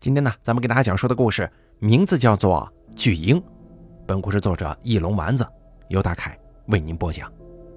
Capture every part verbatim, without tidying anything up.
今天呢，咱们给大家讲述的故事名字叫做《巨婴》，本故事作者翼龙丸子，由大凯为您播讲。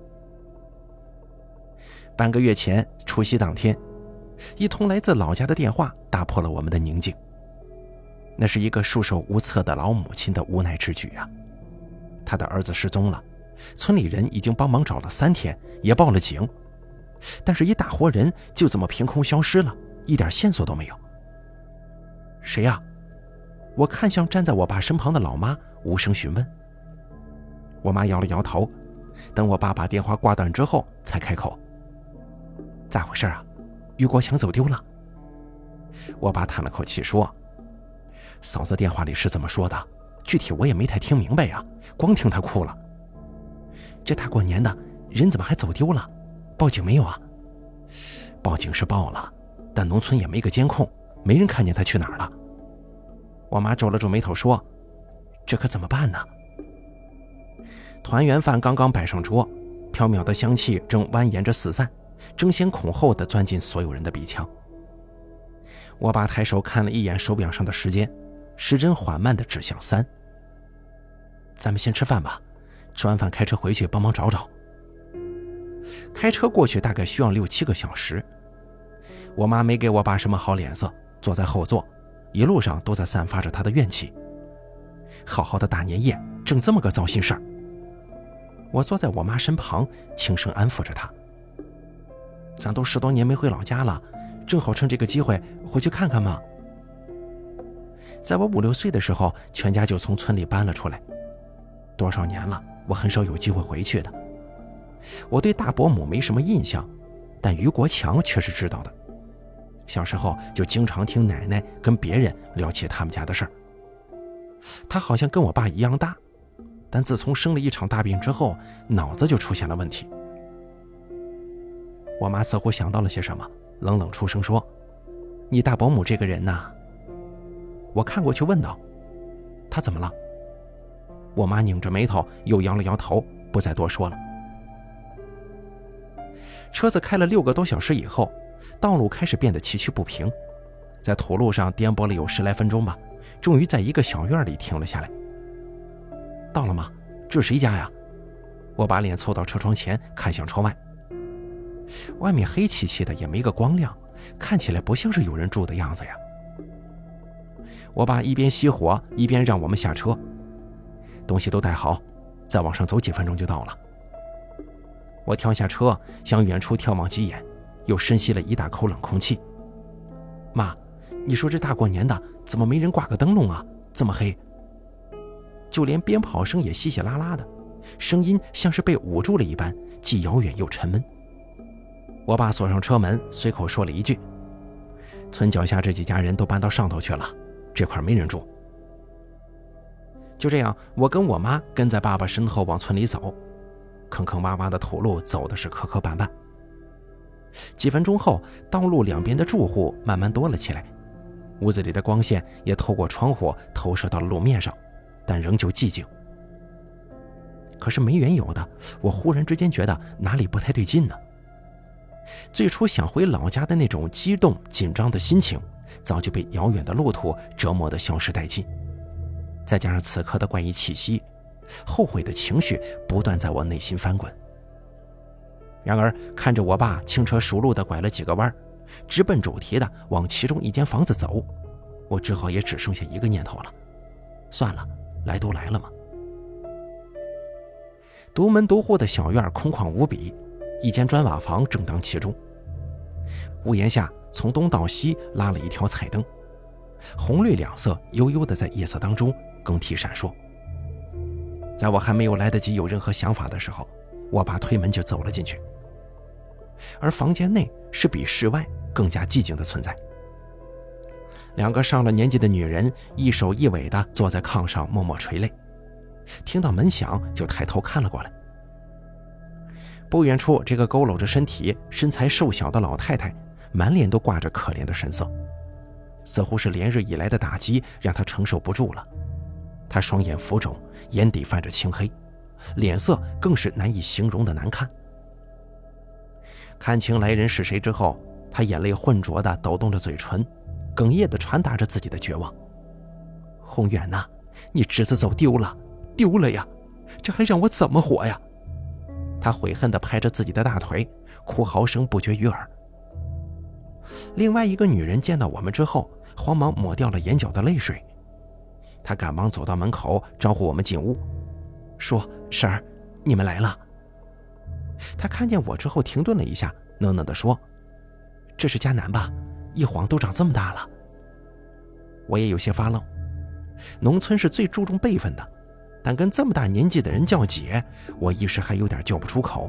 半个月前，除夕当天，一通来自老家的电话打破了我们的宁静。那是一个束手无策的老母亲的无奈之举啊！她的儿子失踪了，村里人已经帮忙找了三天，也报了警，但是一大活人就这么凭空消失了，一点线索都没有。谁呀？我看向站在我爸身旁的老妈，无声询问。我妈摇了摇头，等我爸把电话挂断之后才开口：咋回事啊？于国强走丢了。我爸叹了口气说：嫂子电话里是这么说的，具体我也没太听明白呀，光听他哭了。这大过年的，人怎么还走丢了？报警没有啊？报警是报了，但农村也没个监控，没人看见他去哪儿了。我妈皱了皱眉头说：这可怎么办呢？团圆饭刚刚摆上桌，飘渺的香气正蜿蜒着四散，争先恐后地钻进所有人的鼻腔。我爸抬手看了一眼手表上的时间，时针缓慢地指向三。咱们先吃饭吧，吃完饭开车回去帮忙找找。开车过去大概需要六七个小时。我妈没给我爸什么好脸色，坐在后座，一路上都在散发着她的怨气。好好的大年夜，整这么个糟心事儿。我坐在我妈身旁，轻声安抚着她。咱都十多年没回老家了，正好趁这个机会回去看看嘛。在我五六岁的时候，全家就从村里搬了出来。多少年了，我很少有机会回去的。我对大伯母没什么印象，但于国强却是知道的。小时候就经常听奶奶跟别人聊起他们家的事儿。他好像跟我爸一样大，但自从生了一场大病之后，脑子就出现了问题。我妈似乎想到了些什么，冷冷出声说：你大伯母这个人呐。我看过去问道：她怎么了？我妈拧着眉头又摇了摇头，不再多说了。车子开了六个多小时以后，道路开始变得崎岖不平，在土路上颠簸了有十来分钟吧，终于在一个小院里停了下来。到了吗？这是谁家呀？我把脸凑到车窗前，看向窗外。外面黑漆漆的，也没个光亮，看起来不像是有人住的样子呀。我爸一边熄火一边让我们下车，东西都带好，再往上走几分钟就到了。我跳下车，向远处眺望几眼，又深吸了一大口冷空气。妈，你说这大过年的，怎么没人挂个灯笼啊？这么黑。就连鞭炮声也稀稀拉拉的，声音像是被捂住了一般，既遥远又沉闷。我爸锁上车门，随口说了一句：村脚下这几家人都搬到上头去了，这块没人住。就这样，我跟我妈跟在爸爸身后往村里走，坑坑洼洼的土路走的是磕磕绊绊。几分钟后，道路两边的住户慢慢多了起来，屋子里的光线也透过窗户投射到了路面上，但仍旧寂静。可是没缘由的，我忽然之间觉得哪里不太对劲呢。最初想回老家的那种激动紧张的心情，早就被遥远的路途折磨得消失殆尽。再加上此刻的怪异气息，后悔的情绪不断在我内心翻滚。然而看着我爸轻车熟路地拐了几个弯，直奔主题的往其中一间房子走，我只好也只剩下一个念头了：算了，来都来了嘛。独门独户的小院空旷无比，一间砖瓦房正当其中。屋檐下从东到西拉了一条彩灯，红绿两色悠悠地在夜色当中更替闪烁。在我还没有来得及有任何想法的时候，我爸推门就走了进去。而房间内是比室外更加寂静的存在。两个上了年纪的女人一首一尾地坐在炕上默默垂泪，听到门响就抬头看了过来。不远处，这个佝偻着身体身材瘦小的老太太满脸都挂着可怜的神色，似乎是连日以来的打击让她承受不住了。她双眼浮肿，眼底泛着青黑，脸色更是难以形容的难看。看清来人是谁之后，她眼泪浑浊地抖动着嘴唇， 哽咽地传达着自己的绝望。宏远呐，你侄子走丢了，丢了呀，这还让我怎么活呀？他悔恨地拍着自己的大腿，哭嚎声不绝于耳。另外一个女人见到我们之后，慌忙抹掉了眼角的泪水。她赶忙走到门口招呼我们进屋，说：“婶儿，你们来了。”她看见我之后停顿了一下，讷讷地说：“这是佳楠吧？一晃都长这么大了。”我也有些发愣。农村是最注重辈分的，但跟这么大年纪的人叫姐，我一时还有点叫不出口。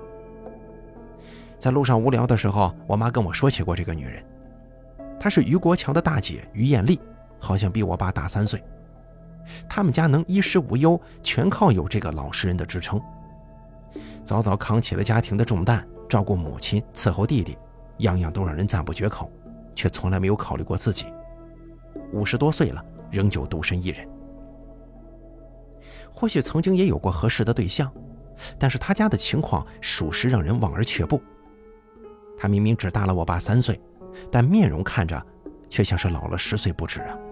在路上无聊的时候，我妈跟我说起过这个女人。她是于国强的大姐于艳丽，好像比我爸大三岁。他们家能衣食无忧，全靠有这个老实人的支撑。早早扛起了家庭的重担，照顾母亲，伺候弟弟，样样都让人赞不绝口，却从来没有考虑过自己。五十多岁了，仍旧独身一人。或许曾经也有过合适的对象，但是他家的情况属实让人望而却步。他明明只大了我爸三岁，但面容看着却像是老了十岁不止啊。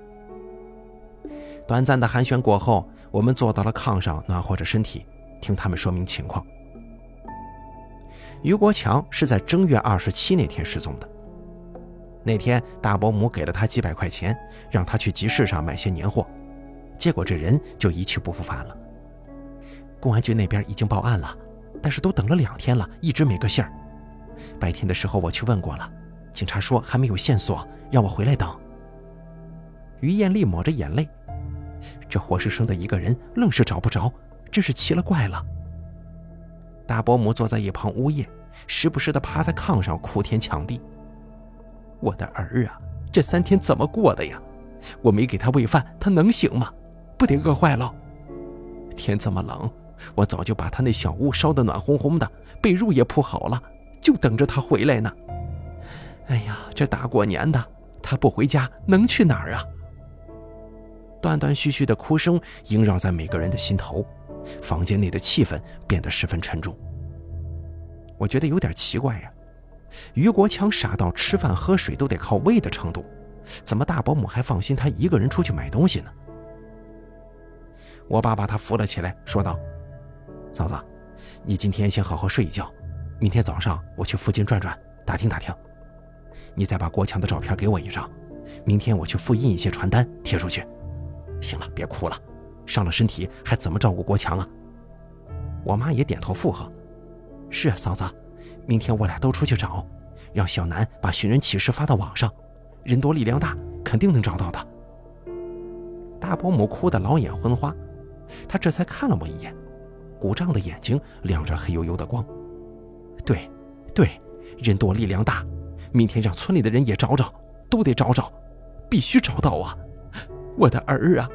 短暂的寒暄过后，我们坐到了炕上暖和着身体，听他们说明情况。于国强是在正月二十七那天失踪的。那天大伯母给了他几百块钱，让他去集市上买些年货，结果这人就一去不复返了。公安局那边已经报案了，但是都等了两天了，一直没个信儿。白天的时候我去问过了，警察说还没有线索，让我回来等。于艳丽抹着眼泪，这活生生的一个人愣是找不着，真是奇了怪了。大伯母坐在一旁呜咽，时不时地趴在炕上哭天抢地。我的儿啊，这三天怎么过的呀？我没给他喂饭，他能行吗？不得饿坏了。天这么冷，我早就把他那小屋烧得暖烘烘的，被褥也铺好了，就等着他回来呢。哎呀，这大过年的，他不回家能去哪儿啊？断断续续的哭声萦绕在每个人的心头，房间内的气氛变得十分沉重。我觉得有点奇怪呀，于国强傻到吃饭喝水都得靠喂的程度，怎么大伯母还放心他一个人出去买东西呢？我爸把他扶了起来，说道：“嫂子，你今天先好好睡一觉，明天早上我去附近转转，打听打听。你再把国强的照片给我一张，明天我去复印一些传单贴出去。行了，别哭了，伤了身体还怎么照顾国强啊？”我妈也点头附和：“是啊，嫂子，明天我俩都出去找，让小南把寻人启事发到网上，人多力量大，肯定能找到的。”大伯母哭得老眼昏花，她这才看了我一眼，鼓胀的眼睛亮着黑黝黝的光。对对，人多力量大，明天让村里的人也找找，都得找找，必须找到啊！我的儿啊！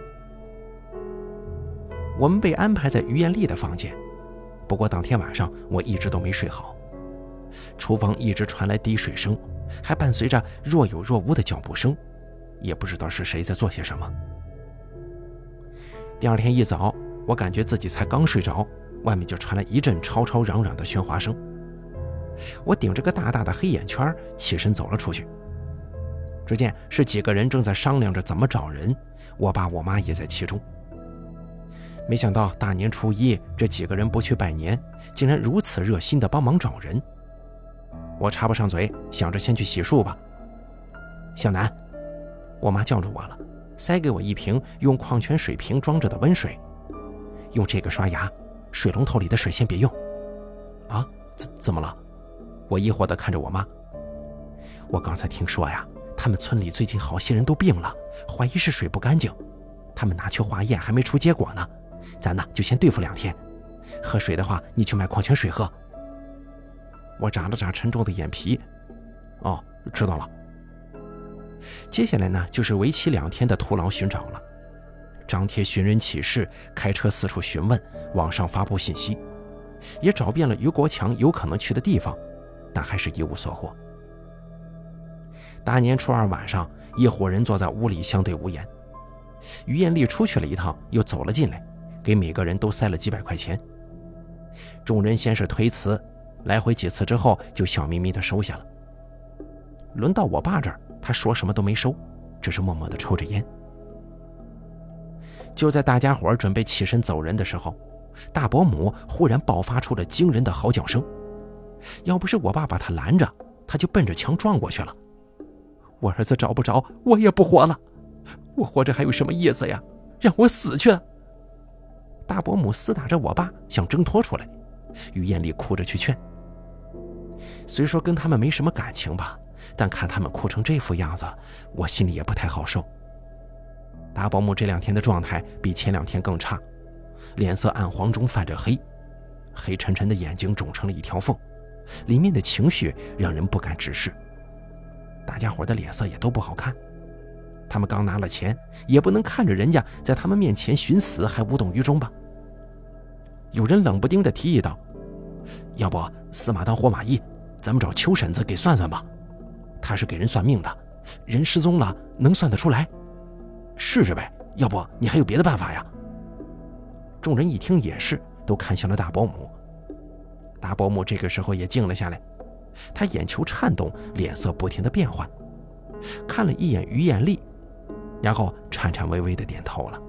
我们被安排在于艳丽的房间，不过当天晚上我一直都没睡好。厨房一直传来滴水声，还伴随着若有若无的脚步声，也不知道是谁在做些什么。第二天一早，我感觉自己才刚睡着，外面就传来一阵吵吵嚷嚷的喧哗声。我顶着个大大的黑眼圈，起身走了出去。只见是几个人正在商量着怎么找人，我爸我妈也在其中。没想到大年初一，这几个人不去拜年，竟然如此热心地帮忙找人。我插不上嘴，想着先去洗漱吧。小南，我妈叫住我了，塞给我一瓶用矿泉水瓶装着的温水，用这个刷牙，水龙头里的水先别用。啊，怎怎么了？我疑惑地看着我妈。我刚才听说呀，他们村里最近好些人都病了，怀疑是水不干净，他们拿去化验还没出结果呢，咱呢就先对付两天。喝水的话，你去买矿泉水喝。我眨了眨沉重的眼皮，哦，知道了。接下来呢，就是为期两天的徒劳寻找了，张贴寻人启事，开车四处询问，网上发布信息，也找遍了于国强有可能去的地方，但还是一无所获。大年初二晚上，一伙人坐在屋里相对无言。于艳丽出去了一趟，又走了进来，给每个人都塞了几百块钱。众人先是推辞，来回几次之后就笑眯眯地收下了。轮到我爸这儿， 他说什么都没收，只是默默地抽着烟。就在大家伙准备起身走人的时候，大伯母忽然爆发出了惊人的嚎叫声。要不是我爸把他拦着，他就奔着墙撞过去了。我儿子找不着，我也不活了，我活着还有什么意思呀？让我死去！大伯母厮打着我爸，想挣脱出来。于艳丽哭着去劝。虽说跟他们没什么感情吧，但看他们哭成这副样子，我心里也不太好受。大伯母这两天的状态比前两天更差，脸色暗黄中泛着黑，黑沉沉的眼睛肿成了一条缝，里面的情绪让人不敢直视。大家伙的脸色也都不好看，他们刚拿了钱，也不能看着人家在他们面前寻死还无动于衷吧。有人冷不丁地提议道：要不死马当活马医，咱们找邱婶子给算算吧，她是给人算命的，人失踪了能算得出来，试试呗，要不你还有别的办法呀？众人一听也是，都看向了大伯母。大伯母这个时候也静了下来，她眼球颤动，脸色不停地变换，看了一眼于艳丽，然后颤颤巍巍地点头了。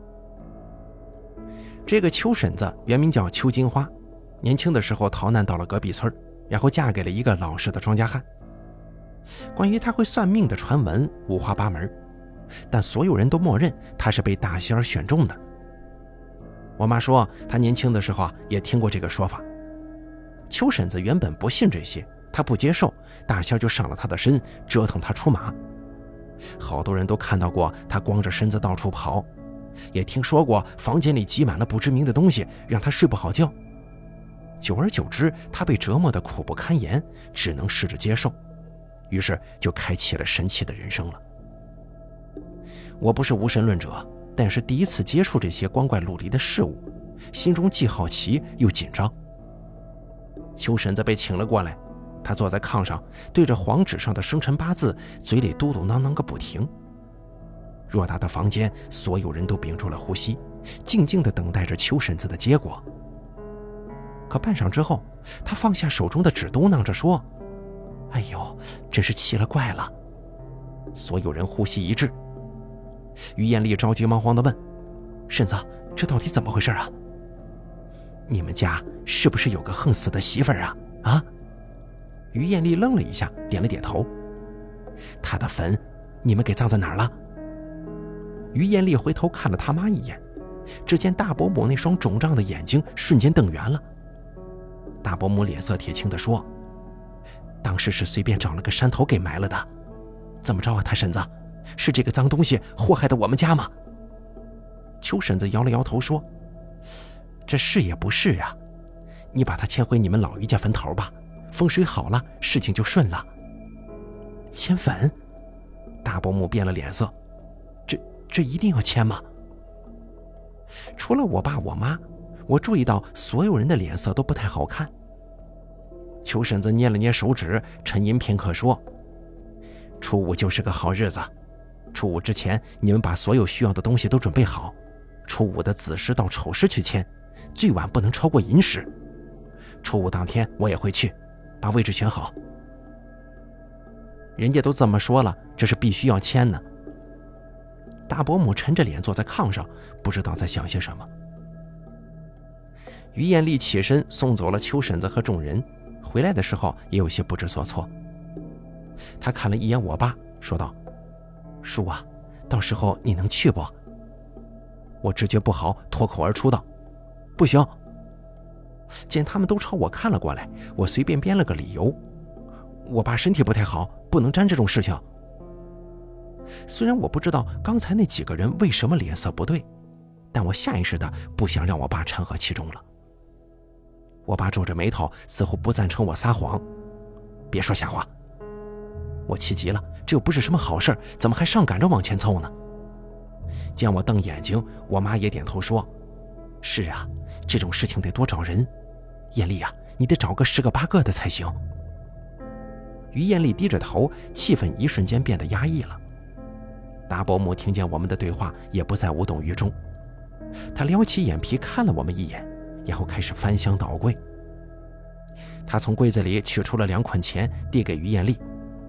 这个邱婶子原名叫邱金花，年轻的时候逃难到了隔壁村，然后嫁给了一个老实的庄稼汉。关于她会算命的传闻五花八门，但所有人都默认她是被大仙儿选中的。我妈说她年轻的时候啊也听过这个说法。邱婶子原本不信这些，她不接受，大仙就上了她的身，折腾她出马。好多人都看到过她光着身子到处跑，也听说过房间里挤满了不知名的东西，让她睡不好觉。久而久之，她被折磨得苦不堪言，只能试着接受，于是就开启了神奇的人生了。我不是无神论者，但是第一次接触这些光怪陆离的事物，心中既好奇又紧张。邱婶子被请了过来，她坐在炕上，对着黄纸上的生辰八字，嘴里嘟嘟囔囔个不停。偌大的房间，所有人都屏住了呼吸，静静地等待着邱婶子的结果。可半晌之后，她放下手中的纸，嘟囔着说：哎呦，真是奇了怪了。所有人呼吸一致。于艳丽着急忙慌地问：婶子，这到底怎么回事啊？你们家是不是有个横死的媳妇儿啊？啊？于艳丽愣了一下，点了点头。她的坟你们给葬在哪儿了？于艳丽回头看了他妈一眼，只见大伯母那双肿胀的眼睛瞬间瞪圆了。大伯母脸色铁青地说：当时是随便找了个山头给埋了的。怎么着啊，太婶子，是这个脏东西祸害的我们家吗？邱婶子摇了摇头说：这是也不是啊，你把它迁回你们老于家坟头吧，风水好了，事情就顺了。迁坟？大伯母变了脸色，这这一定要迁吗？除了我爸我妈，我注意到所有人的脸色都不太好看。邱婶子捏了捏手指，沉吟片刻说：初五就是个好日子，初五之前你们把所有需要的东西都准备好，初五的子时到丑时去迁，最晚不能超过寅时。初五当天我也会去，把位置选好。人家都这么说了，这是必须要迁呢。大伯母沉着脸坐在炕上，不知道在想些什么。于艳丽起身送走了邱婶子和众人，回来的时候也有些不知所措。她看了一眼我爸，说道：叔啊，到时候你能去不？我直觉不好，脱口而出道：不行。见他们都朝我看了过来，我随便编了个理由：我爸身体不太好，不能沾这种事情。虽然我不知道刚才那几个人为什么脸色不对，但我下意识的不想让我爸掺和其中了。我爸皱着眉头，似乎不赞成我撒谎。别说瞎话。我气急了，这又不是什么好事，怎么还上赶着往前凑呢？见我瞪眼睛，我妈也点头说：是啊，这种事情得多找人，艳丽啊，你得找个十个八个的才行。于艳丽低着头，气氛一瞬间变得压抑了。大伯母听见我们的对话，也不再无动于衷。她撩起眼皮看了我们一眼，然后开始翻箱倒柜。她从柜子里取出了两捆钱，递给于艳丽。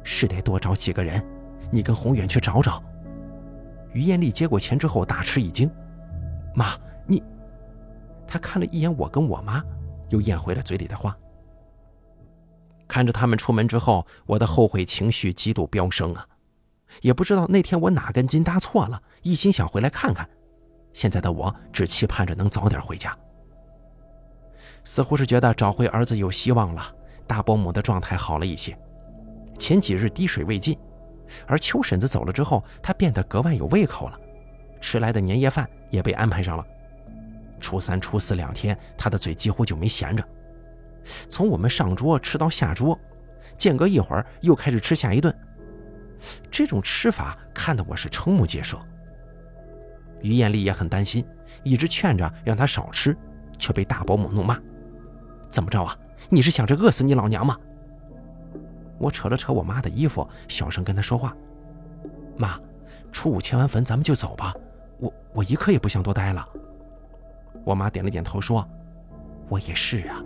是得多找几个人，你跟宏远去找找。于艳丽接过钱之后大吃一惊，妈，你……她看了一眼我跟我妈，又咽回了嘴里的话。看着他们出门之后，我的后悔情绪极度飙升啊！也不知道那天我哪根筋搭错了，一心想回来看看。现在的我只期盼着能早点回家。似乎是觉得找回儿子有希望了，大伯母的状态好了一些。前几日滴水未进，而秋婶子走了之后，她变得格外有胃口了，迟来的年夜饭也被安排上了。初三、初四两天，她的嘴几乎就没闲着。从我们上桌吃到下桌，间隔一会儿又开始吃下一顿，这种吃法看得我是瞠目结舌。于艳丽也很担心，一直劝着让她少吃，却被大伯母怒骂：怎么着啊，你是想着饿死你老娘吗？我扯了扯我妈的衣服，小声跟她说话：妈，初五切完坟咱们就走吧，我我一刻也不想多待了。我妈点了点头说：我也是啊。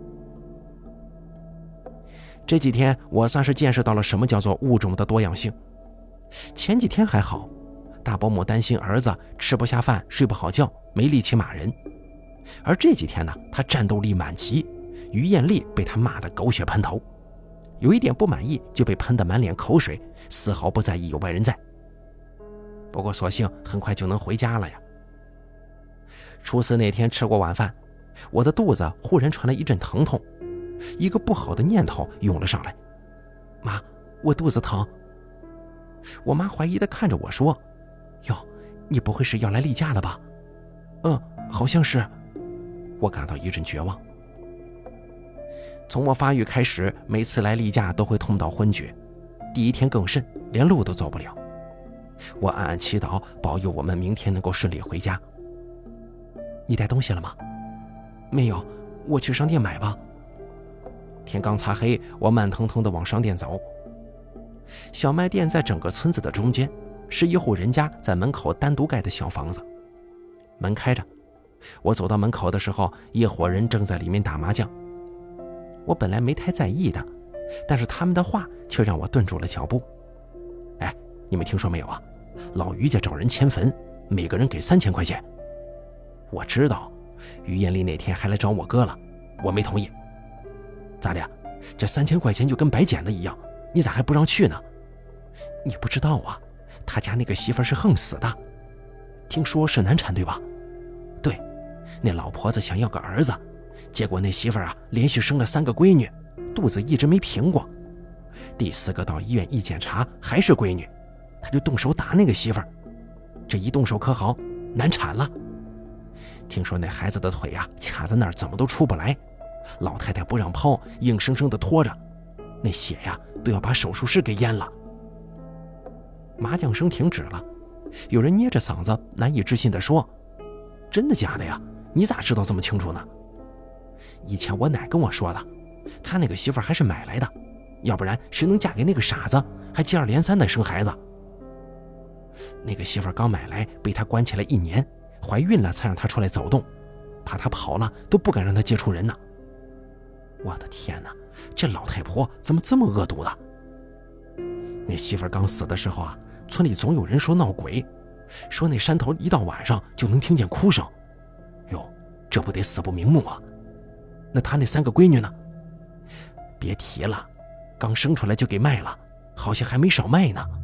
这几天我算是见识到了什么叫做物种的多样性。前几天还好，大伯母担心儿子吃不下饭睡不好觉没力气骂人，而这几天呢，她战斗力满级，于艳丽被她骂得狗血喷头，有一点不满意就被喷得满脸口水，丝毫不在意有外人在。不过所幸很快就能回家了呀。初四那天吃过晚饭，我的肚子忽然传来一阵疼痛，一个不好的念头涌了上来：妈，我肚子疼。我妈怀疑地看着我说：哟，你不会是要来例假了吧？嗯，好像是。我感到一阵绝望。从我发育开始，每次来例假都会痛到昏厥，第一天更甚，连路都走不了。我暗暗祈祷，保佑我们明天能够顺利回家。你带东西了吗？没有，我去商店买吧。天刚擦黑，我慢腾腾地往商店走。小卖店在整个村子的中间，是一户人家在门口单独盖的小房子，门开着。我走到门口的时候，一伙人正在里面打麻将。我本来没太在意的，但是他们的话却让我顿住了脚步。哎，你们听说没有啊？老于家找人迁坟，每个人给三千块钱。我知道，于艳丽那天还来找我哥了，我没同意。咋的？这三千块钱就跟白捡的一样，你咋还不让去呢？你不知道啊，他家那个媳妇是横死的，听说是难产对吧？对，那老婆子想要个儿子，结果那媳妇啊连续生了三个闺女，肚子一直没平过。第四个到医院一检查还是闺女，他就动手打那个媳妇儿，这一动手可好，难产了。听说那孩子的腿啊卡在那儿怎么都出不来，老太太不让剖，硬生生的拖着，那血呀都要把手术室给淹了。麻将声停止了，有人捏着嗓子难以置信地说：真的假的呀？你咋知道这么清楚呢？以前我奶跟我说的，她那个媳妇还是买来的，要不然谁能嫁给那个傻子，还接二连三的生孩子。那个媳妇刚买来被他关起来一年，怀孕了才让他出来走动，怕他跑了都不敢让他接触人呢。我的天哪，这老太婆怎么这么恶毒呢？那媳妇刚死的时候啊，村里总有人说闹鬼，说那山头一到晚上就能听见哭声。哟，这不得死不瞑目啊！那他那三个闺女呢？别提了，刚生出来就给卖了，好像还没少卖呢。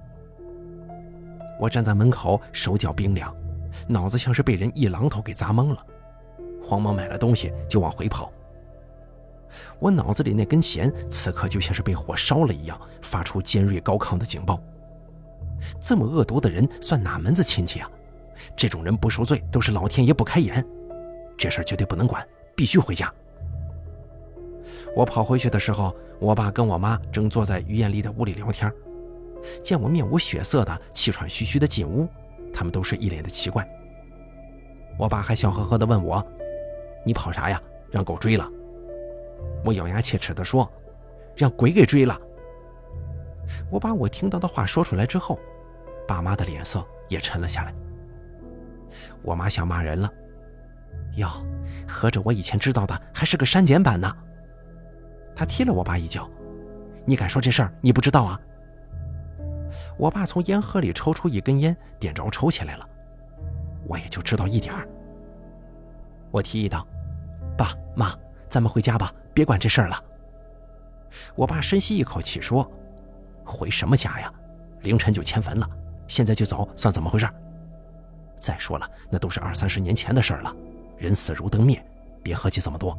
我站在门口，手脚冰凉，脑子像是被人一榔头给砸懵了，慌忙买了东西就往回跑。我脑子里那根弦此刻就像是被火烧了一样，发出尖锐高亢的警报。这么恶毒的人算哪门子亲戚啊？这种人不受罪都是老天爷不开眼，这事儿绝对不能管，必须回家。我跑回去的时候，我爸跟我妈正坐在于艳丽的屋里聊天，见我面无血色的气喘吁吁的进屋，他们都是一脸的奇怪。我爸还笑呵呵地问我：你跑啥呀？让狗追了？我咬牙切齿地说：让鬼给追了。我把我听到的话说出来之后，爸妈的脸色也沉了下来。我妈想骂人了：哟，合着我以前知道的还是个删减版呢。她踢了我爸一脚： 你敢说这事儿你不知道啊？我爸从烟盒里抽出一根烟，点着抽起来了。我也就知道一点儿。我提议道：爸妈，咱们回家吧，别管这事儿了。我爸深吸一口气说：回什么家呀？凌晨就迁坟了，现在就走算怎么回事？再说了，那都是二三十年前的事儿了，人死如灯灭，别合计这么多。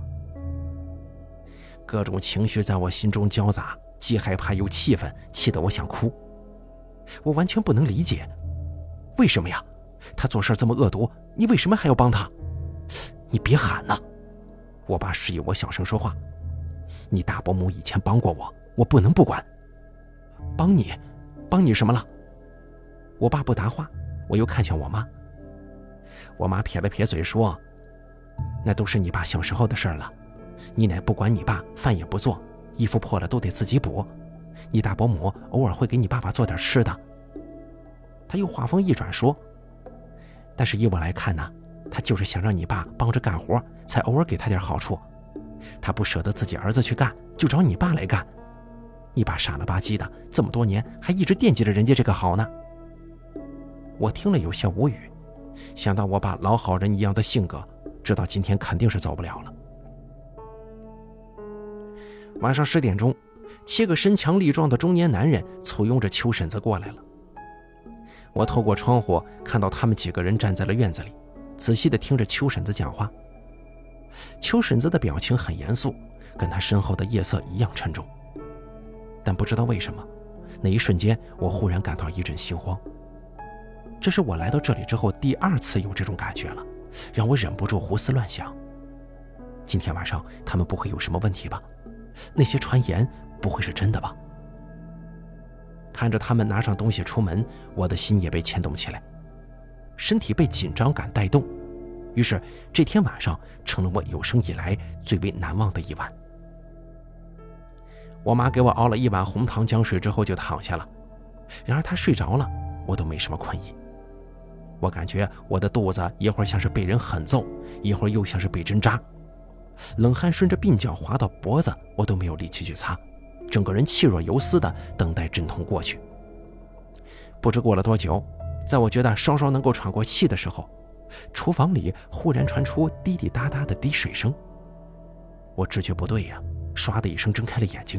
各种情绪在我心中交杂，既害怕又气愤，气得我想哭。我完全不能理解，为什么呀？他做事这么恶毒，你为什么还要帮他？你别喊呐！我爸示意我小声说话。你大伯母以前帮过我，我不能不管。帮你？帮你什么了？我爸不答话，我又看向我妈。我妈撇了撇嘴说：那都是你爸小时候的事了，你奶不管你爸，饭也不做，衣服破了都得自己补。你大伯母偶尔会给你爸爸做点吃的。他又话锋一转说：但是依我来看呢，他就是想让你爸帮着干活，才偶尔给他点好处。他不舍得自己儿子去干，就找你爸来干。你爸傻了吧唧的，这么多年还一直惦记着人家这个好呢。我听了有些无语，想到我爸老好人一样的性格，知道今天肯定是走不了了。晚上十点钟，七个身强力壮的中年男人簇拥着邱婶子过来了。我透过窗户看到他们几个人站在了院子里，仔细地听着邱婶子讲话。邱婶子的表情很严肃，跟她身后的夜色一样沉重。但不知道为什么，那一瞬间我忽然感到一阵心慌。这是我来到这里之后第二次有这种感觉了，让我忍不住胡思乱想。今天晚上他们不会有什么问题吧？那些传言不会是真的吧？看着他们拿上东西出门，我的心也被牵动起来，身体被紧张感带动，于是这天晚上成了我有生以来最为难忘的一晚。我妈给我熬了一碗红糖姜水之后就躺下了，然而她睡着了，我都没什么困意。我感觉我的肚子一会儿像是被人狠揍，一会儿又像是被针扎，冷汗顺着鬓角滑到脖子，我都没有力气去擦，整个人气若游丝的等待阵痛过去。不知过了多久，在我觉得稍稍能够喘过气的时候，厨房里忽然传出滴滴答答的滴水声。我直觉不对呀，唰的一声睁开了眼睛。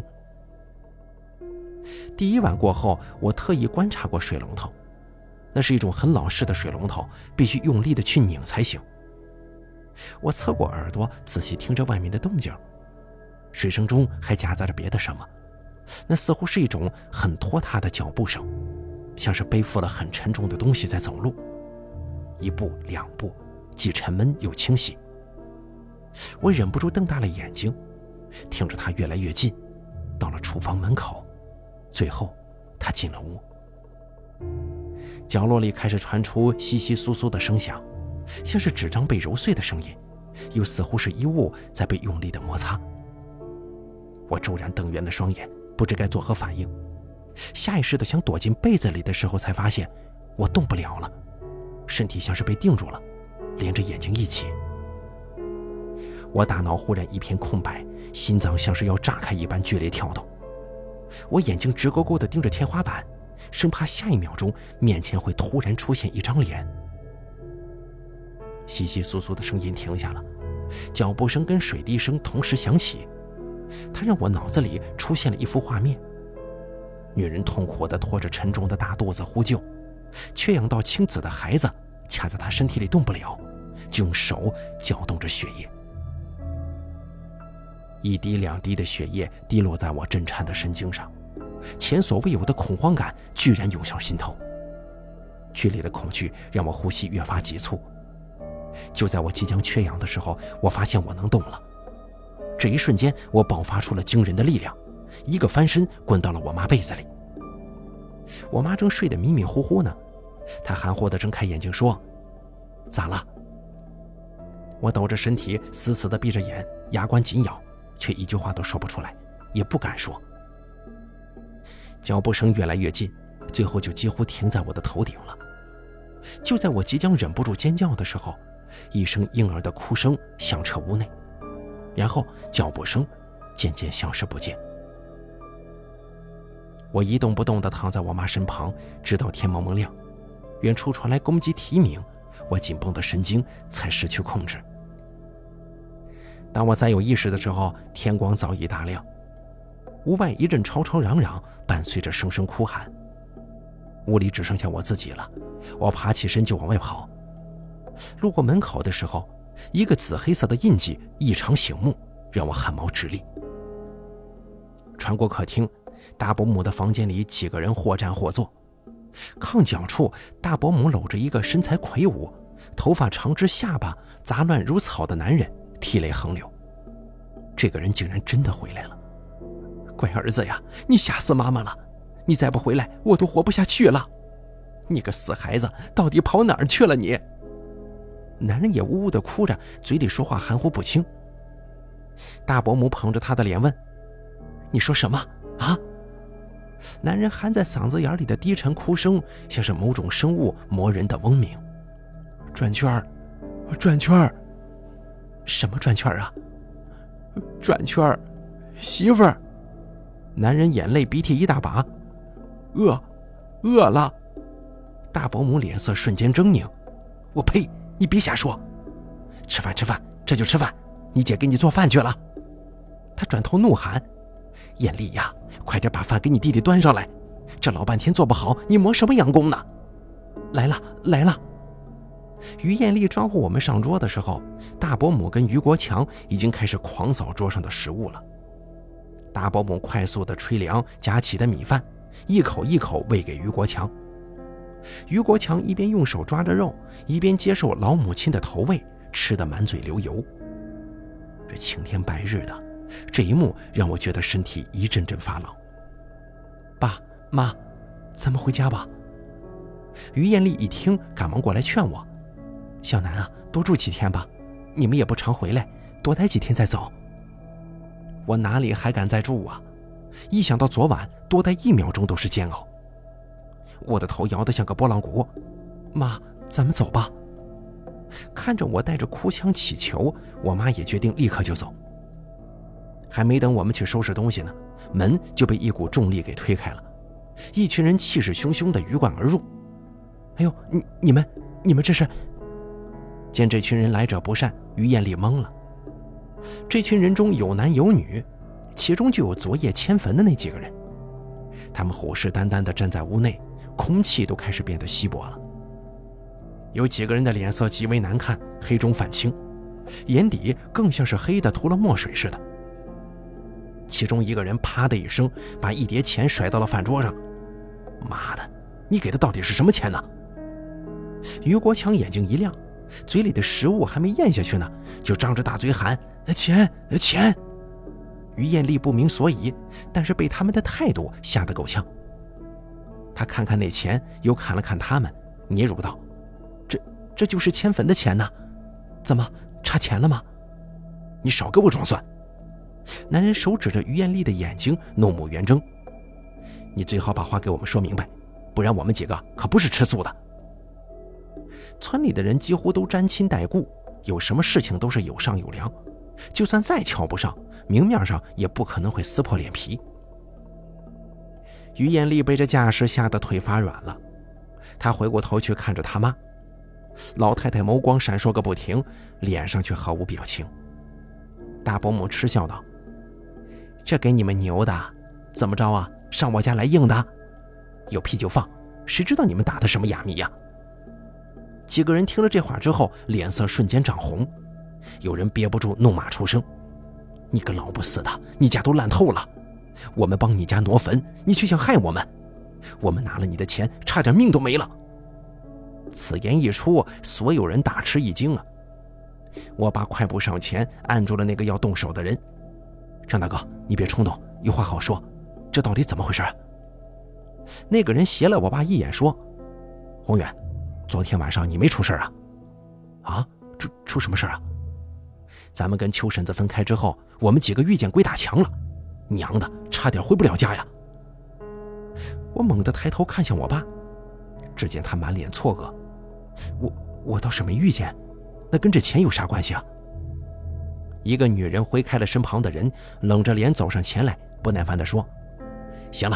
第一晚过后，我特意观察过水龙头，那是一种很老式的水龙头，必须用力的去拧才行。我侧过耳朵仔细听着外面的动静，水声中还夹杂着别的什么，那似乎是一种很拖沓的脚步声，像是背负了很沉重的东西在走路，一步两步，既沉闷又清晰。我忍不住瞪大了眼睛，听着它越来越近，到了厨房门口，最后它进了屋。角落里开始传出窸窸窣窣的声响，像是纸张被揉碎的声音，又似乎是衣物在被用力的摩擦。我骤然瞪圆了双眼，不知该作何反应，下意识的想躲进被子里的时候，才发现我动不了了，身体像是被定住了，连着眼睛一起。我大脑忽然一片空白，心脏像是要炸开一般剧烈跳动。我眼睛直勾勾地盯着天花板，生怕下一秒钟面前会突然出现一张脸。窸窸窣窣的声音停下了，脚步声跟水滴声同时响起，它让我脑子里出现了一幅画面：女人痛苦地拖着沉重的大肚子呼救，缺氧到青紫的孩子卡在她身体里动不了，就用手搅动着血液。一滴两滴的血液滴落在我震颤的神经上，前所未有的恐慌感居然涌上心头，剧烈的恐惧让我呼吸越发急促。就在我即将缺氧的时候，我发现我能动了。这一瞬间，我爆发出了惊人的力量，一个翻身滚到了我妈被子里。我妈正睡得迷迷糊糊呢，她含糊地睁开眼睛说：咋了？我抖着身体，死死地闭着眼，牙关紧咬，却一句话都说不出来，也不敢说。脚步声越来越近，最后就几乎停在我的头顶了。就在我即将忍不住尖叫的时候，一声婴儿的哭声响彻屋内，然后脚步声渐渐消失不见。 我一动不动地躺在我妈身旁，直到天蒙蒙亮。远处传来公鸡啼鸣，我紧绷的神经才失去控制。当我再有意识的时候，天光早已大亮。屋外一阵吵吵嚷嚷，伴随着声声哭喊。屋里只剩下我自己了，我爬起身就往外跑。路过门口的时候，一个紫黑色的印记异常醒目，让我汗毛直立。穿过客厅，大伯母的房间里几个人或站或坐。炕角处，大伯母搂着一个身材魁梧、头发长至下巴、杂乱如草的男人，涕泪横流。这个人竟然真的回来了！乖儿子呀，你吓死妈妈了！你再不回来，我都活不下去了！你个死孩子，到底跑哪儿去了你？男人也呜呜地哭着，嘴里说话含糊不清。大伯母捧着他的脸问：“你说什么啊？”男人含在嗓子眼里的低沉哭声，像是某种生物磨人的嗡鸣。转圈儿，转圈儿，什么转圈儿啊？转圈儿，媳妇儿。男人眼泪鼻涕一大把。饿，饿了。大伯母脸色瞬间狰狞。我呸！你别瞎说。吃饭吃饭，这就吃饭。你姐给你做饭去了。他转头怒喊：艳丽呀，快点把饭给你弟弟端上来，这老半天做不好，你磨什么洋工呢？来了来了。于艳丽招呼我们上桌的时候，大伯母跟于国强已经开始狂扫桌上的食物了。大伯母快速地吹凉夹起的米饭，一口一口喂给于国强。于国强一边用手抓着肉，一边接受老母亲的投喂，吃得满嘴流油。这晴天白日的，这一幕让我觉得身体一阵阵发冷。爸妈，咱们回家吧。于艳丽一听，赶忙过来劝我：小南啊，多住几天吧，你们也不常回来，多待几天再走。我哪里还敢再住啊？一想到昨晚多待一秒钟都是煎熬，我的头摇得像个拨浪鼓。妈，咱们走吧。看着我带着哭腔乞求，我妈也决定立刻就走。还没等我们去收拾东西呢，门就被一股重力给推开了，一群人气势汹汹地鱼贯而入。哎呦，你你们你们这是？见这群人来者不善，于艳丽懵了。这群人中有男有女，其中就有昨夜迁坟的那几个人。他们虎视眈眈地站在屋内，空气都开始变得稀薄了。有几个人的脸色极为难看，黑中泛青，眼底更像是黑的涂了墨水似的。其中一个人啪的一声把一叠钱甩到了饭桌上。妈的，你给的到底是什么钱呢？于国强眼睛一亮，嘴里的食物还没咽下去呢，就张着大嘴喊：钱钱！于艳丽不明所以，但是被他们的态度吓得够呛。他看看那钱，又看了看他们，嗫嚅道：这这就是迁坟的钱呢？怎么差钱了吗？你少给我装蒜！男人手指着于艳丽的眼睛，怒目圆睁。你最好把话给我们说明白，不然我们几个可不是吃素的。村里的人几乎都沾亲带故，有什么事情都是有商有量，就算再瞧不上，明面上也不可能会撕破脸皮。于艳丽被这架势吓得腿发软了，她回过头去看着她妈，老太太眸光闪烁个不停，脸上却毫无表情。大伯母嗤笑道：这给你们牛的，怎么着啊？上我家来硬的？有屁就放，谁知道你们打的什么哑谜呀？几个人听了这话之后，脸色瞬间涨红，有人憋不住怒骂出声：你个老不死的，你家都烂透了，我们帮你家挪坟，你却想害我们，我们拿了你的钱，差点命都没了。此言一出，所有人大吃一惊啊！我爸快步上前按住了那个要动手的人：张大哥，你别冲动，有话好说，这到底怎么回事啊？那个人斜了我爸一眼说：宏远，昨天晚上你没出事啊？啊，出出什么事啊？咱们跟邱婶子分开之后，我们几个遇见鬼打墙了，娘的，差点回不了家呀！我猛地抬头看向我爸，只见他满脸错愕：我我倒是没遇见，那跟这钱有啥关系啊？一个女人挥开了身旁的人，冷着脸走上前来，不耐烦地说：行了，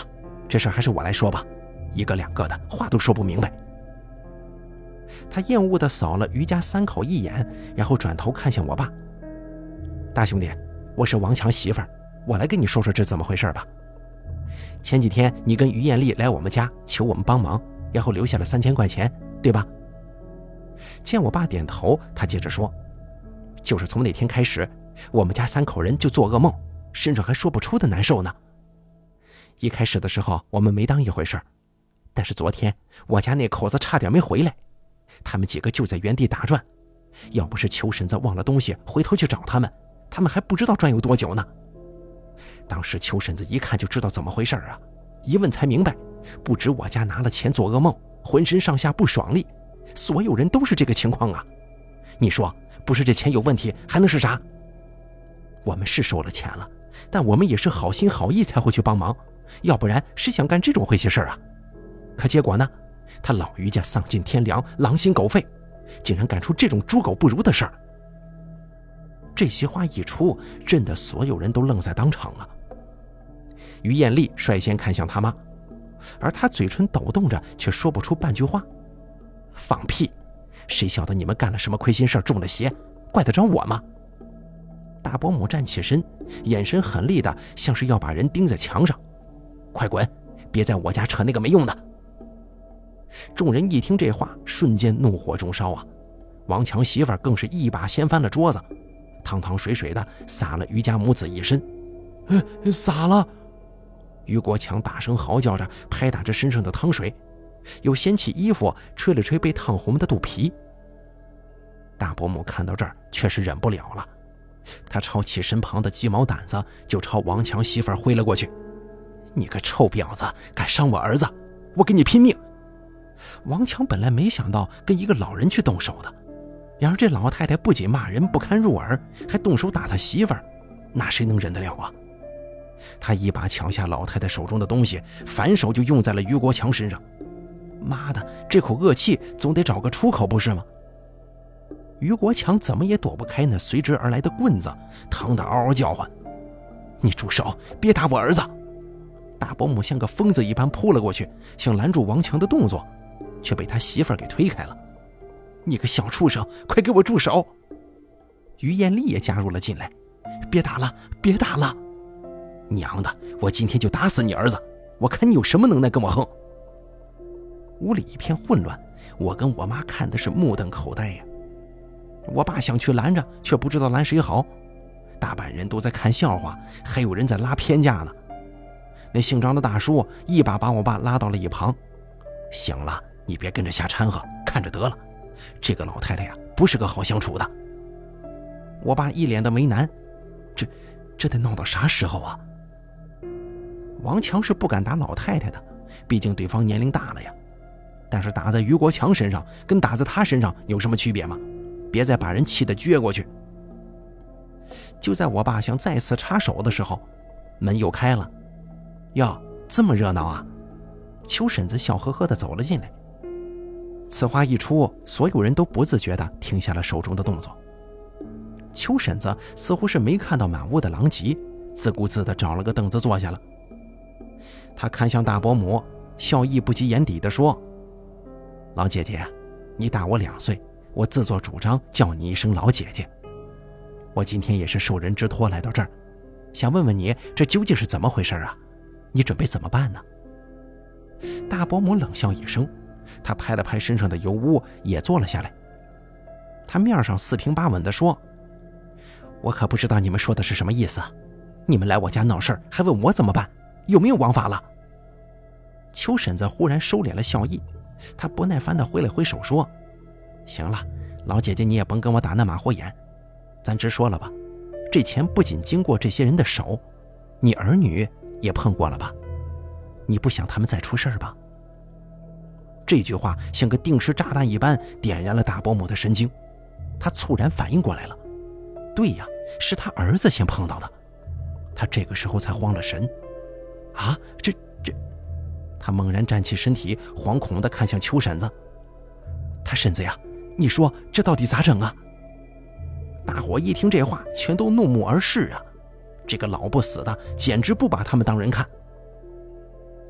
这事还是我来说吧，一个两个的话都说不明白。他厌恶地扫了于家三口一眼，然后转头看向我爸。大兄弟，我是王强媳妇儿，我来跟你说说这怎么回事吧。前几天你跟于艳丽来我们家求我们帮忙，然后留下了三千块钱，对吧？见我爸点头，他接着说，就是从那天开始，我们家三口人就做噩梦，身上还说不出的难受呢。一开始的时候我们没当一回事，但是昨天我家那口子差点没回来，他们几个就在原地打转，要不是邱婶子忘了东西回头去找他们，他们还不知道转悠多久呢。当时邱婶子一看就知道怎么回事啊，一问才明白，不止我家拿了钱做噩梦，浑身上下不爽利，所有人都是这个情况啊。你说不是这钱有问题还能是啥？我们是收了钱了，但我们也是好心好意才会去帮忙，要不然谁想干这种晦气事啊？可结果呢，他老于家丧尽天良，狼心狗肺，竟然干出这种猪狗不如的事儿。这些话一出，震得所有人都愣在当场了。于艳丽率先看向他妈，而她嘴唇抖动着，却说不出半句话。放屁！谁晓得你们干了什么亏心事，中了邪，怪得着我吗？大伯母站起身，眼神狠厉的，像是要把人钉在墙上。快滚！别在我家扯那个没用的！众人一听这话，瞬间怒火中烧啊！王强媳妇儿更是一把掀翻了桌子，汤汤水水的洒了于家母子一身。呃，洒了！于国强大声嚎叫着，拍打着身上的汤水，又掀起衣服吹了吹被烫红的肚皮。大伯母看到这儿确实忍不了了，他抄起身旁的鸡毛掸子就朝王强媳妇儿挥了过去。你个臭婊子，敢伤我儿子，我跟你拼命！王强本来没想到跟一个老人去动手的，然而这老太太不仅骂人不堪入耳，还动手打他媳妇儿，那谁能忍得了啊？他一把抢下老太太手中的东西，反手就用在了于国强身上。妈的，这口恶气总得找个出口不是吗？于国强怎么也躲不开那随之而来的棍子，疼得嗷嗷叫唤。你住手，别打我儿子！大伯母像个疯子一般扑了过去，想拦住王强的动作，却被他媳妇儿给推开了。你个小畜生，快给我住手！于艳丽也加入了进来。别打了，别打了！娘的，我今天就打死你儿子，我看你有什么能耐跟我横！屋里一片混乱，我跟我妈看的是目瞪口呆呀。我爸想去拦着，却不知道拦谁好。大半人都在看笑话，还有人在拉偏架呢。那姓张的大叔一把把我爸拉到了一旁。行了，你别跟着瞎掺和，看着得了。这个老太太呀，不是个好相处的。我爸一脸的为难，这这得闹到啥时候啊？王强是不敢打老太太的，毕竟对方年龄大了呀。但是打在于国强身上跟打在他身上有什么区别吗？别再把人气得撅过去。就在我爸想再次插手的时候，门又开了。哟，这么热闹啊！邱婶子笑呵呵地走了进来。此话一出，所有人都不自觉地停下了手中的动作。邱婶子似乎是没看到满屋的狼藉，自顾自地找了个凳子坐下了。他看向大伯母，笑意不及眼底地说：老姐姐，你大我两岁，我自作主张叫你一声老姐姐。我今天也是受人之托来到这儿，想问问你，这究竟是怎么回事啊？你准备怎么办呢？大伯母冷笑一声，她拍了拍身上的油污，也坐了下来。她面上四平八稳地说：我可不知道你们说的是什么意思，你们来我家闹事儿，还问我怎么办，有没有王法了？邱婶子忽然收敛了笑意，她不耐烦地挥了挥手说：行了，老姐姐你也甭跟我打那马虎眼，咱直说了吧，这钱不仅经过这些人的手，你儿女也碰过了吧？你不想他们再出事儿吧？这句话像个定时炸弹一般点燃了大伯母的神经，她猝然反应过来了，对呀，是他儿子先碰到的。他这个时候才慌了神。啊，这这……他猛然站起身体，惶恐地看向邱婶子。他婶子呀，你说这到底咋整啊？大伙一听这话，全都怒目而视啊！这个老不死的，简直不把他们当人看。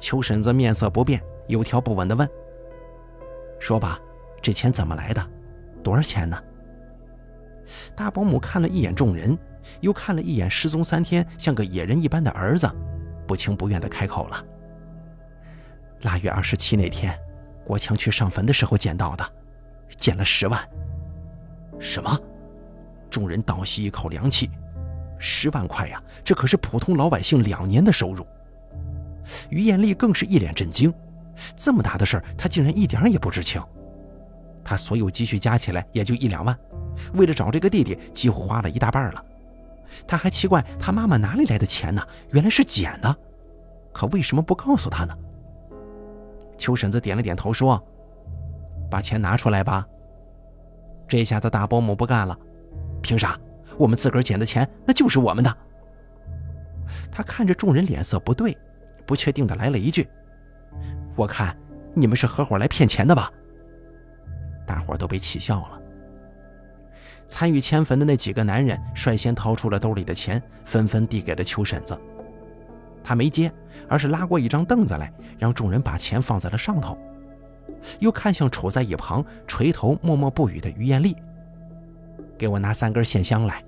邱婶子面色不变，有条不紊地问：说吧，这钱怎么来的？多少钱呢？大保姆看了一眼众人，又看了一眼失踪三天像个野人一般的儿子，不情不愿地开口了：腊月二十七那天，国强去上坟的时候捡到的，捡了十万。什么？众人倒吸一口凉气。十万块呀，这可是普通老百姓两年的收入。于艳丽更是一脸震惊，这么大的事儿，她竟然一点也不知情。她所有积蓄加起来也就一两万，为了找这个弟弟，几乎花了一大半了。她还奇怪她妈妈哪里来的钱呢？原来是捡的，可为什么不告诉她呢？邱婶子点了点头说：把钱拿出来吧。这下子大保姆不干了：凭啥？我们自个儿捡的钱那就是我们的。他看着众人脸色不对，不确定地来了一句：我看你们是合伙来骗钱的吧。大伙都被气笑了。参与迁坟的那几个男人率先掏出了兜里的钱，纷纷递给了邱婶子。他没接，而是拉过一张凳子来，让众人把钱放在了上头，又看向处在一旁垂头默默不语的于艳丽：给我拿三根线香来。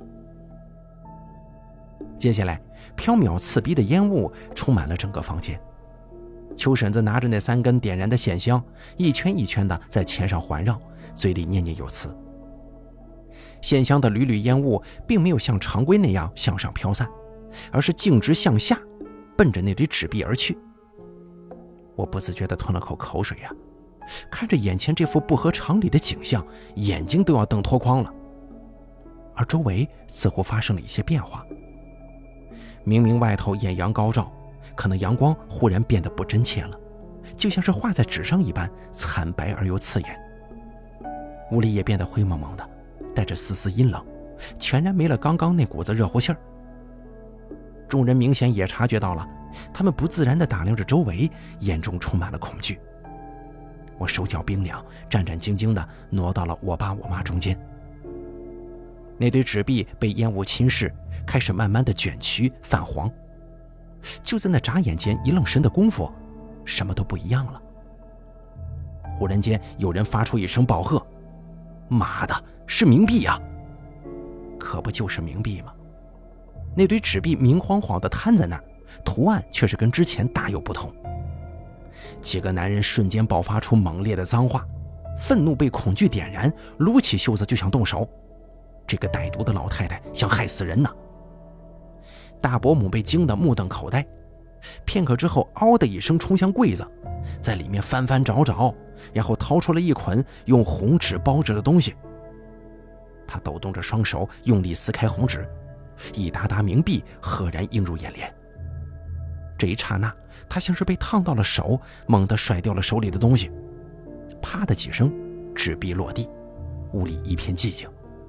接下来飘渺刺鼻的烟雾充满了整个房间。邱婶子拿着那三根点燃的线香，一圈一圈的在钱上环绕，嘴里念念有词。线香的缕缕烟雾并没有像常规那样向上飘散，而是径直向下，奔着那堆纸币而去。我不自觉地吞了口口水呀、啊，看着眼前这副不合常理的景象，眼睛都要瞪脱光了。而周围似乎发生了一些变化。明明外头艳阳高照，可能阳光忽然变得不真切了，就像是画在纸上一般，惨白而又刺眼。屋里也变得灰蒙蒙的，带着丝丝阴冷，全然没了刚刚那股子热乎气儿。众人明显也察觉到了，他们不自然地打量着周围，眼中充满了恐惧。我手脚冰凉，战战兢兢地挪到了我爸我妈中间。那堆纸币被烟雾侵蚀，开始慢慢的卷曲泛黄。就在那眨眼间一愣神的功夫，什么都不一样了。忽然间有人发出一声暴喝：妈的，是冥币啊！可不就是冥币吗？那堆纸币明晃晃地摊在那儿，图案却是跟之前大有不同。几个男人瞬间爆发出猛烈的脏话，愤怒被恐惧点燃，撸起袖子就想动手。这个歹毒的老太太想害死人呢！大伯母被惊得目瞪口呆，片刻之后嗷的一声冲向柜子，在里面翻翻找找，然后掏出了一捆用红纸包着的东西。她抖动着双手，用力撕开红纸，一沓沓冥币赫然映入眼帘。这一刹那，她像是被烫到了手，猛地甩掉了手里的东西。啪的几声，纸币落地，屋里一片寂静。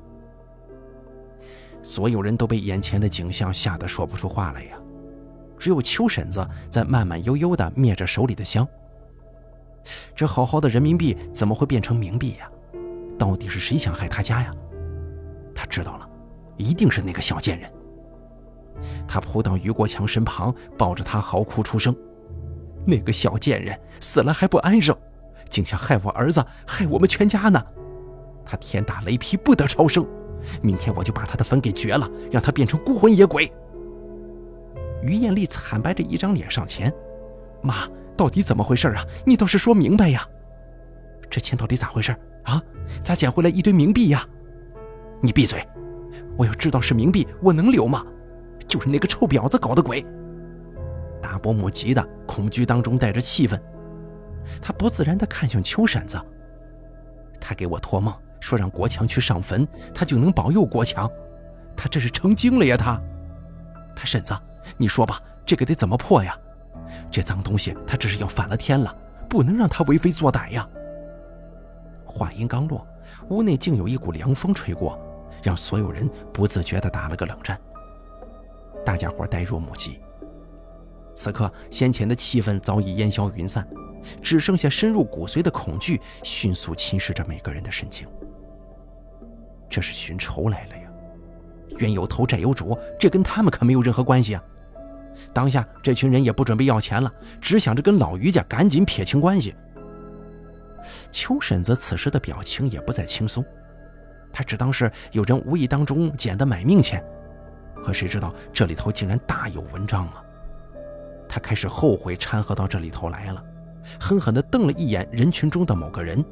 所有人都被眼前的景象吓得说不出话来呀，只有邱婶子在慢慢悠悠地灭着手里的香。这好好的人民币怎么会变成冥币呀？到底是谁想害他家呀？他知道了，一定是那个小贱人。他扑到于国强身旁，抱着他嚎哭出声：那个小贱人死了还不安生，竟想害我儿子，害我们全家呢！他天打雷劈，不得超生，明天我就把他的坟给掘了，让他变成孤魂野鬼。于艳丽惨白着一张脸上前：妈，到底怎么回事啊？你倒是说明白呀！这钱到底咋回事啊？咋捡回来一堆冥币呀？你闭嘴！我要知道是冥币，我能留吗？就是那个臭婊子搞的鬼！大伯母急的恐惧当中带着气愤，他不自然地看向邱婶子。他给我托梦说让国强去上坟，他就能保佑国强，他这是成精了呀！他，他婶子，你说吧，这个得怎么破呀？这脏东西他这是要反了天了，不能让他为非作歹呀！话音刚落，屋内竟有一股凉风吹过，让所有人不自觉地打了个冷战。大家伙呆若木鸡。此刻先前的气氛早已烟消云散，只剩下深入骨髓的恐惧迅速侵蚀着每个人的神经。这是寻仇来了呀！冤有头债有主，这跟他们可没有任何关系啊！ 当下这群人也不准备要钱了，只想着跟老于家赶紧撇清关系。邱婶子此时的表情也不再轻松，她只当是有人无意当中捡的买命钱，可谁知道这里头竟然大有文章啊！她开始后悔掺和到这里头来了，狠狠地瞪了一眼人群中的某个人。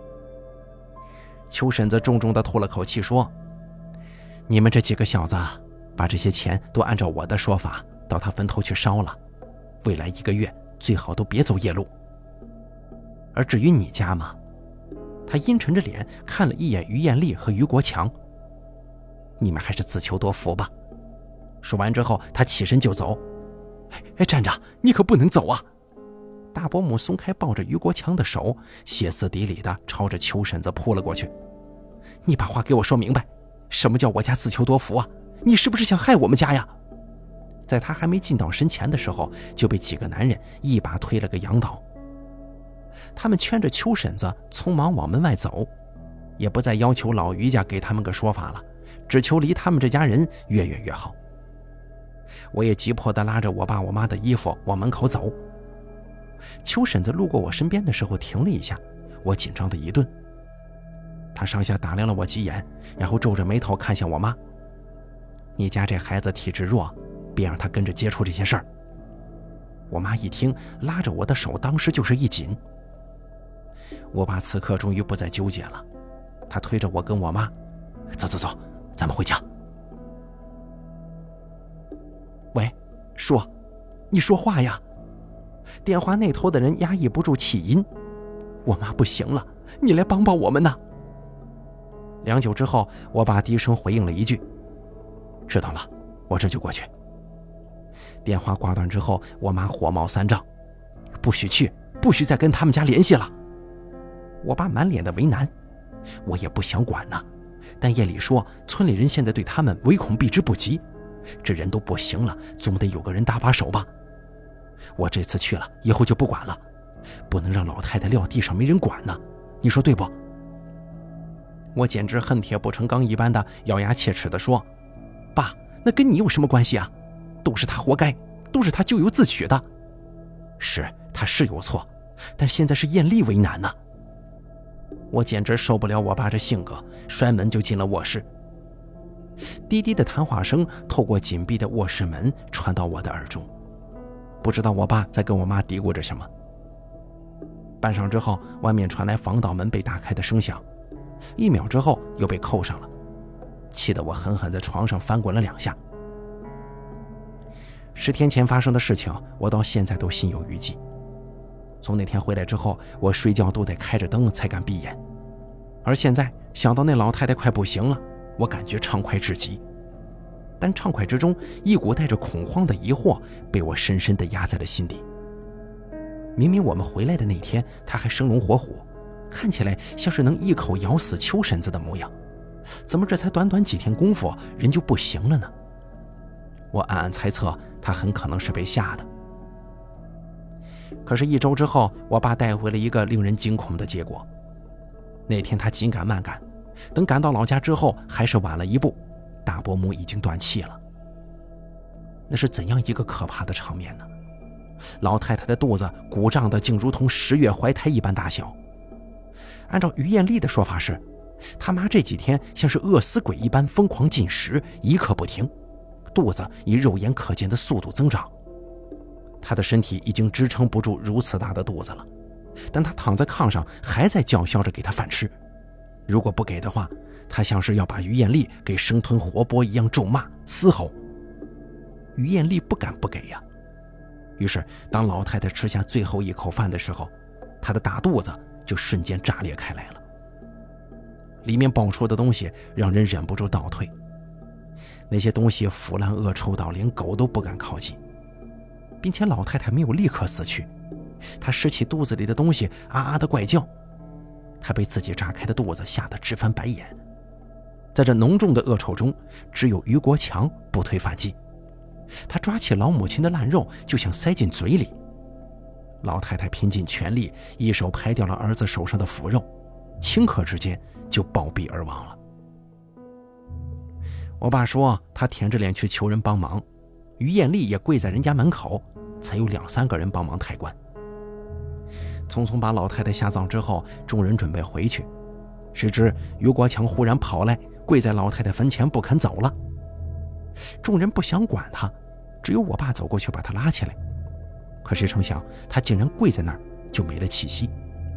邱婶子重重地吐了口气说：“你们这几个小子，把这些钱都按照我的说法到他坟头去烧了，未来一个月最好都别走夜路。而至于你家嘛，他阴沉着脸看了一眼于艳丽和于国强，你们还是自求多福吧。”说完之后，他起身就走。哎，站长，你可不能走啊！大伯母松开抱着于国强的手，歇斯底里的朝着邱婶子扑了过去。你把话给我说明白，什么叫我家自求多福啊？你是不是想害我们家呀？在他还没进到身前的时候，就被几个男人一把推了个仰倒。他们圈着邱婶子匆忙往门外走，也不再要求老于家给他们个说法了，只求离他们这家人越远越好。我也急迫地拉着我爸我妈的衣服往门口走。邱婶子路过我身边的时候停了一下，我紧张的一顿。她上下打量了我几眼，然后皱着眉头看向我妈：“你家这孩子体质弱，别让他跟着接触这些事儿。”我妈一听，拉着我的手当时就是一紧。我爸此刻终于不再纠结了，他推着我跟我妈：“走走走，咱们回家。”喂，叔，你说话呀！电话那头的人压抑不住气音：“我妈不行了，你来帮帮我们呐！”良久之后，我爸低声回应了一句：“知道了，我这就过去。”电话挂断之后，我妈火冒三丈：“不许去，不许再跟他们家联系了！”我爸满脸的为难，我也不想管呢，但夜里说村里人现在对他们唯恐避之不及，这人都不行了，总得有个人搭把手吧。我这次去了，以后就不管了，不能让老太太撂地上没人管呢，你说对不？我简直恨铁不成钢一般的咬牙切齿地说：“爸，那跟你有什么关系啊？都是他活该，都是他咎由自取的。是，他是有错，但现在是艳丽为难呢。”我简直受不了我爸这性格，摔门就进了卧室。低低的谈话声透过紧闭的卧室门传到我的耳中，不知道我爸在跟我妈嘀咕着什么。半晌之后，外面传来防盗门被打开的声响，一秒之后又被扣上了，气得我狠狠在床上翻滚了两下。十天前发生的事情，我到现在都心有余悸。从那天回来之后，我睡觉都得开着灯才敢闭眼，而现在想到那老太太快不行了，我感觉畅快至极。但畅快之中，一股带着恐慌的疑惑被我深深地压在了心底。明明我们回来的那天，她还生龙活虎，看起来像是能一口咬死邱婶子的模样，怎么这才短短几天功夫，人就不行了呢？我暗暗猜测，她很可能是被吓的。可是，一周之后，我爸带回了一个令人惊恐的结果。那天他紧赶慢赶，等赶到老家之后，还是晚了一步，大伯母已经断气了。那是怎样一个可怕的场面呢？老太太的肚子鼓胀的竟如同十月怀胎一般大小。按照于艳丽的说法是，他妈这几天像是饿死鬼一般疯狂进食，一刻不停，肚子以肉眼可见的速度增长。他的身体已经支撑不住如此大的肚子了，但他躺在炕上还在叫嚣着给他饭吃，如果不给的话，他像是要把于艳丽给生吞活剥一样咒骂嘶吼。于艳丽不敢不给呀，于是当老太太吃下最后一口饭的时候，她的大肚子就瞬间炸裂开来了，里面爆出的东西让人忍不住倒退，那些东西腐烂恶臭到连狗都不敢靠近，并且老太太没有立刻死去，她拾起肚子里的东西啊啊的怪叫。她被自己炸开的肚子吓得直翻白眼。在这浓重的恶臭中，只有于国强不退反击，他抓起老母亲的烂肉就想塞进嘴里。老太太拼尽全力，一手拍掉了儿子手上的腐肉，顷刻之间就暴毙而亡了。我爸说他舔着脸去求人帮忙， 于艳丽也跪在人家门口，才有两三个人帮忙抬棺。匆匆把老太太下葬之后，众人准备回去，谁知于国强忽然跑来，跪在老太太坟前不肯走了。众人不想管他，只有我爸走过去把他拉起来。可谁成想，他竟然跪在那儿就没了气息。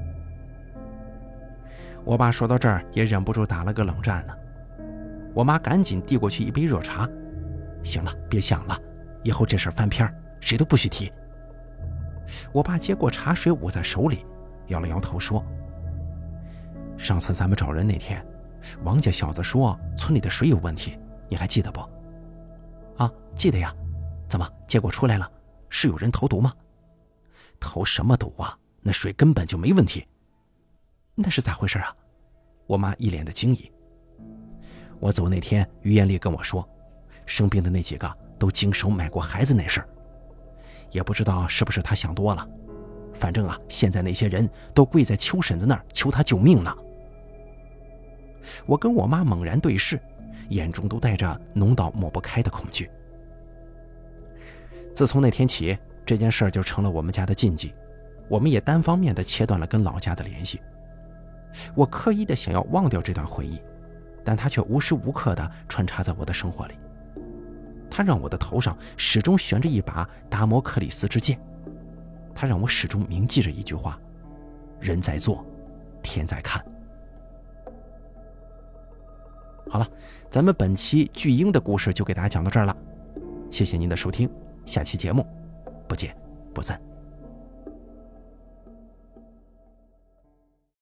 我爸说到这儿也忍不住打了个冷战呢。我妈赶紧递过去一杯热茶，行了，别想了，以后这事儿翻篇，谁都不许提。我爸接过茶水捂在手里，摇了摇头说：上次咱们找人那天，王家小子说村里的水有问题，你还记得不？啊，记得呀。怎么，结果出来了？是有人投毒吗？投什么毒啊？那水根本就没问题。那是咋回事啊？我妈一脸的惊疑。我走那天，于艳丽跟我说，生病的那几个都经手买过孩子那事儿，也不知道是不是她想多了。反正啊，现在那些人都跪在邱婶子那儿求她救命呢。我跟我妈猛然对视，眼中都带着浓到抹不开的恐惧。自从那天起，这件事就成了我们家的禁忌，我们也单方面地切断了跟老家的联系。我刻意的想要忘掉这段回忆，但它却无时无刻地穿插在我的生活里。它让我的头上始终悬着一把达摩克里斯之剑，它让我始终铭记着一句话：人在做，天在看。好了，咱们本期巨婴的故事就给大家讲到这儿了，谢谢您的收听，下期节目不见不散。